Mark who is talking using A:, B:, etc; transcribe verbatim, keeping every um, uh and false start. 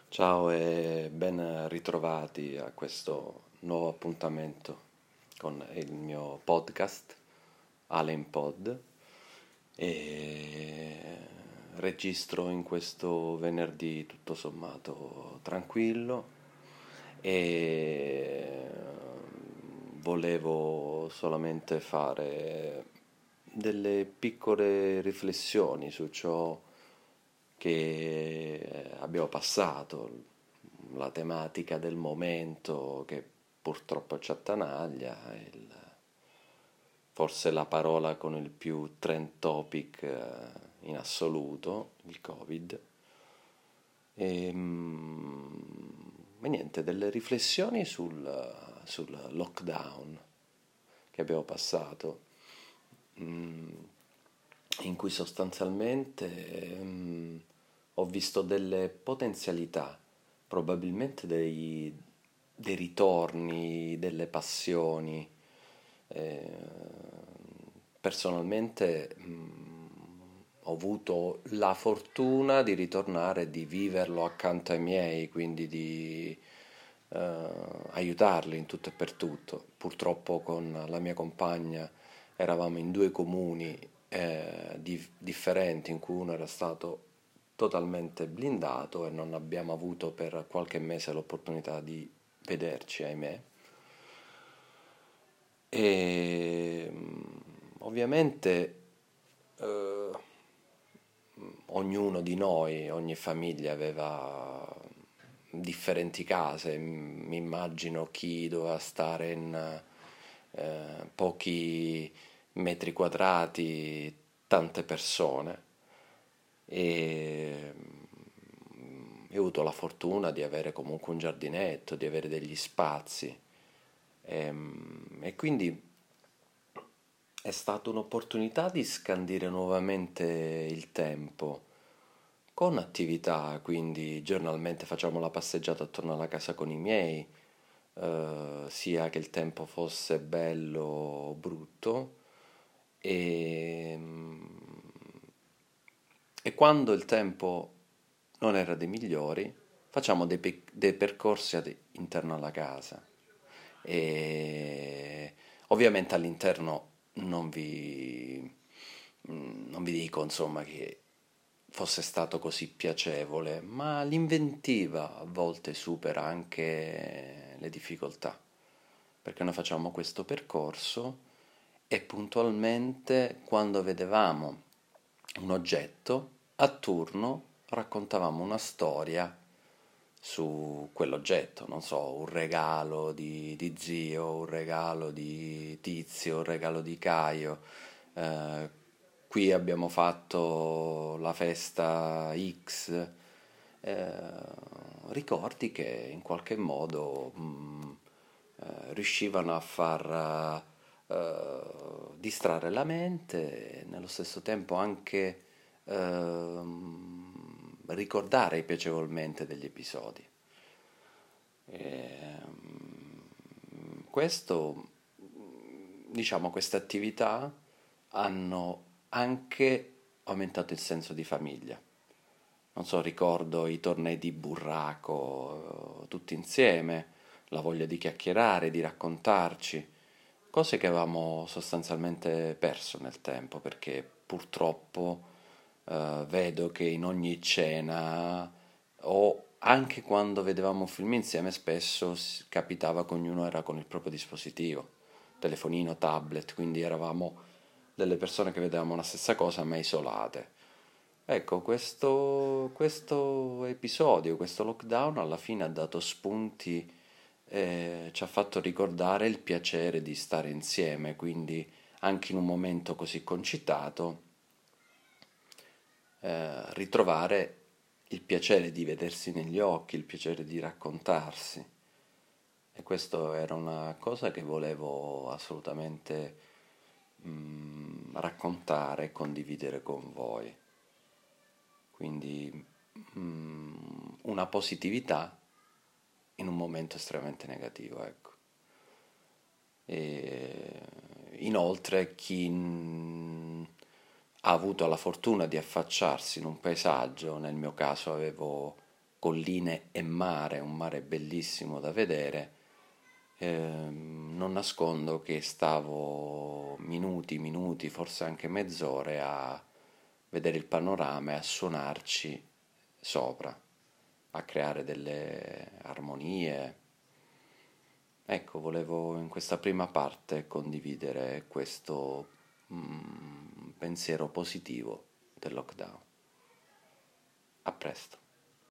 A: Ciao e ben ritrovati a questo nuovo appuntamento con il mio podcast Allen Pod e registro in questo venerdì tutto sommato tranquillo e volevo solamente fare delle piccole riflessioni su ciò che abbiamo passato, la tematica del momento che purtroppo ci attanaglia, il- forse la parola con il più trend topic eh, in assoluto, il Covid. E, mm, e niente, delle riflessioni sul, sul lockdown che abbiamo passato, mm, in cui sostanzialmente mm, ho visto delle potenzialità, probabilmente dei, dei ritorni, delle passioni. Eh, Personalmente mm, ho avuto la fortuna di ritornare e di viverlo accanto ai miei, quindi di eh, aiutarli in tutto e per tutto. Purtroppo con la mia compagna eravamo in due comuni eh, di- differenti, in cui uno era stato totalmente blindato e non abbiamo avuto per qualche mese l'opportunità di vederci, ahimè. E mm, ovviamente eh, ognuno di noi, ogni famiglia aveva differenti case. Mi immagino chi doveva stare in eh, pochi metri quadrati, tante persone. E mm, io ho avuto la fortuna di avere comunque un giardinetto, di avere degli spazi. Ehm, E, quindi è stata un'opportunità di scandire nuovamente il tempo con attività, quindi giornalmente facciamo la passeggiata attorno alla casa con i miei, eh, sia che il tempo fosse bello o brutto, e, e quando il tempo non era dei migliori, facciamo dei, pe- dei percorsi ad- interno alla casa. E ovviamente all'interno non vi, mm, non vi dico insomma che fosse stato così piacevole, ma l'inventiva a volte supera anche le difficoltà, perché noi facciamo questo percorso e puntualmente quando vedevamo un oggetto, a turno raccontavamo una storia su quell'oggetto, non so, un regalo di, di zio, un regalo di Tizio, un regalo di Caio. eh, Qui abbiamo fatto la festa X, eh, ricordi che in qualche modo mh, eh, riuscivano a far eh, distrarre la mente e nello stesso tempo anche ehm, ricordare piacevolmente degli episodi. Ehm, questo, diciamo, queste attività hanno anche aumentato il senso di famiglia. Non so, ricordo i tornei di burraco, eh, tutti insieme, la voglia di chiacchierare, di raccontarci, cose che avevamo sostanzialmente perso nel tempo, perché purtroppo eh, vedo che in ogni cena o anche quando vedevamo un film insieme spesso s- capitava che ognuno era con il proprio dispositivo, telefonino, tablet, quindi eravamo delle persone che vedevamo la stessa cosa ma isolate. Ecco, questo, questo episodio, questo lockdown alla fine ha dato spunti e ci ha fatto ricordare il piacere di stare insieme, quindi anche in un momento così concitato, eh, ritrovare il piacere di vedersi negli occhi, il piacere di raccontarsi. E questo era una cosa che volevo assolutamente mm, raccontare e condividere con voi. Quindi mm, una positività in un momento estremamente negativo, ecco. E inoltre chi mm, ha avuto la fortuna di affacciarsi in un paesaggio, nel mio caso avevo colline e mare, un mare bellissimo da vedere. Ehm, non nascondo che stavo minuti, minuti, forse anche mezz'ore a vedere il panorama e a suonarci sopra, a creare delle armonie. Ecco, volevo in questa prima parte condividere questo mm, pensiero positivo del lockdown. A presto.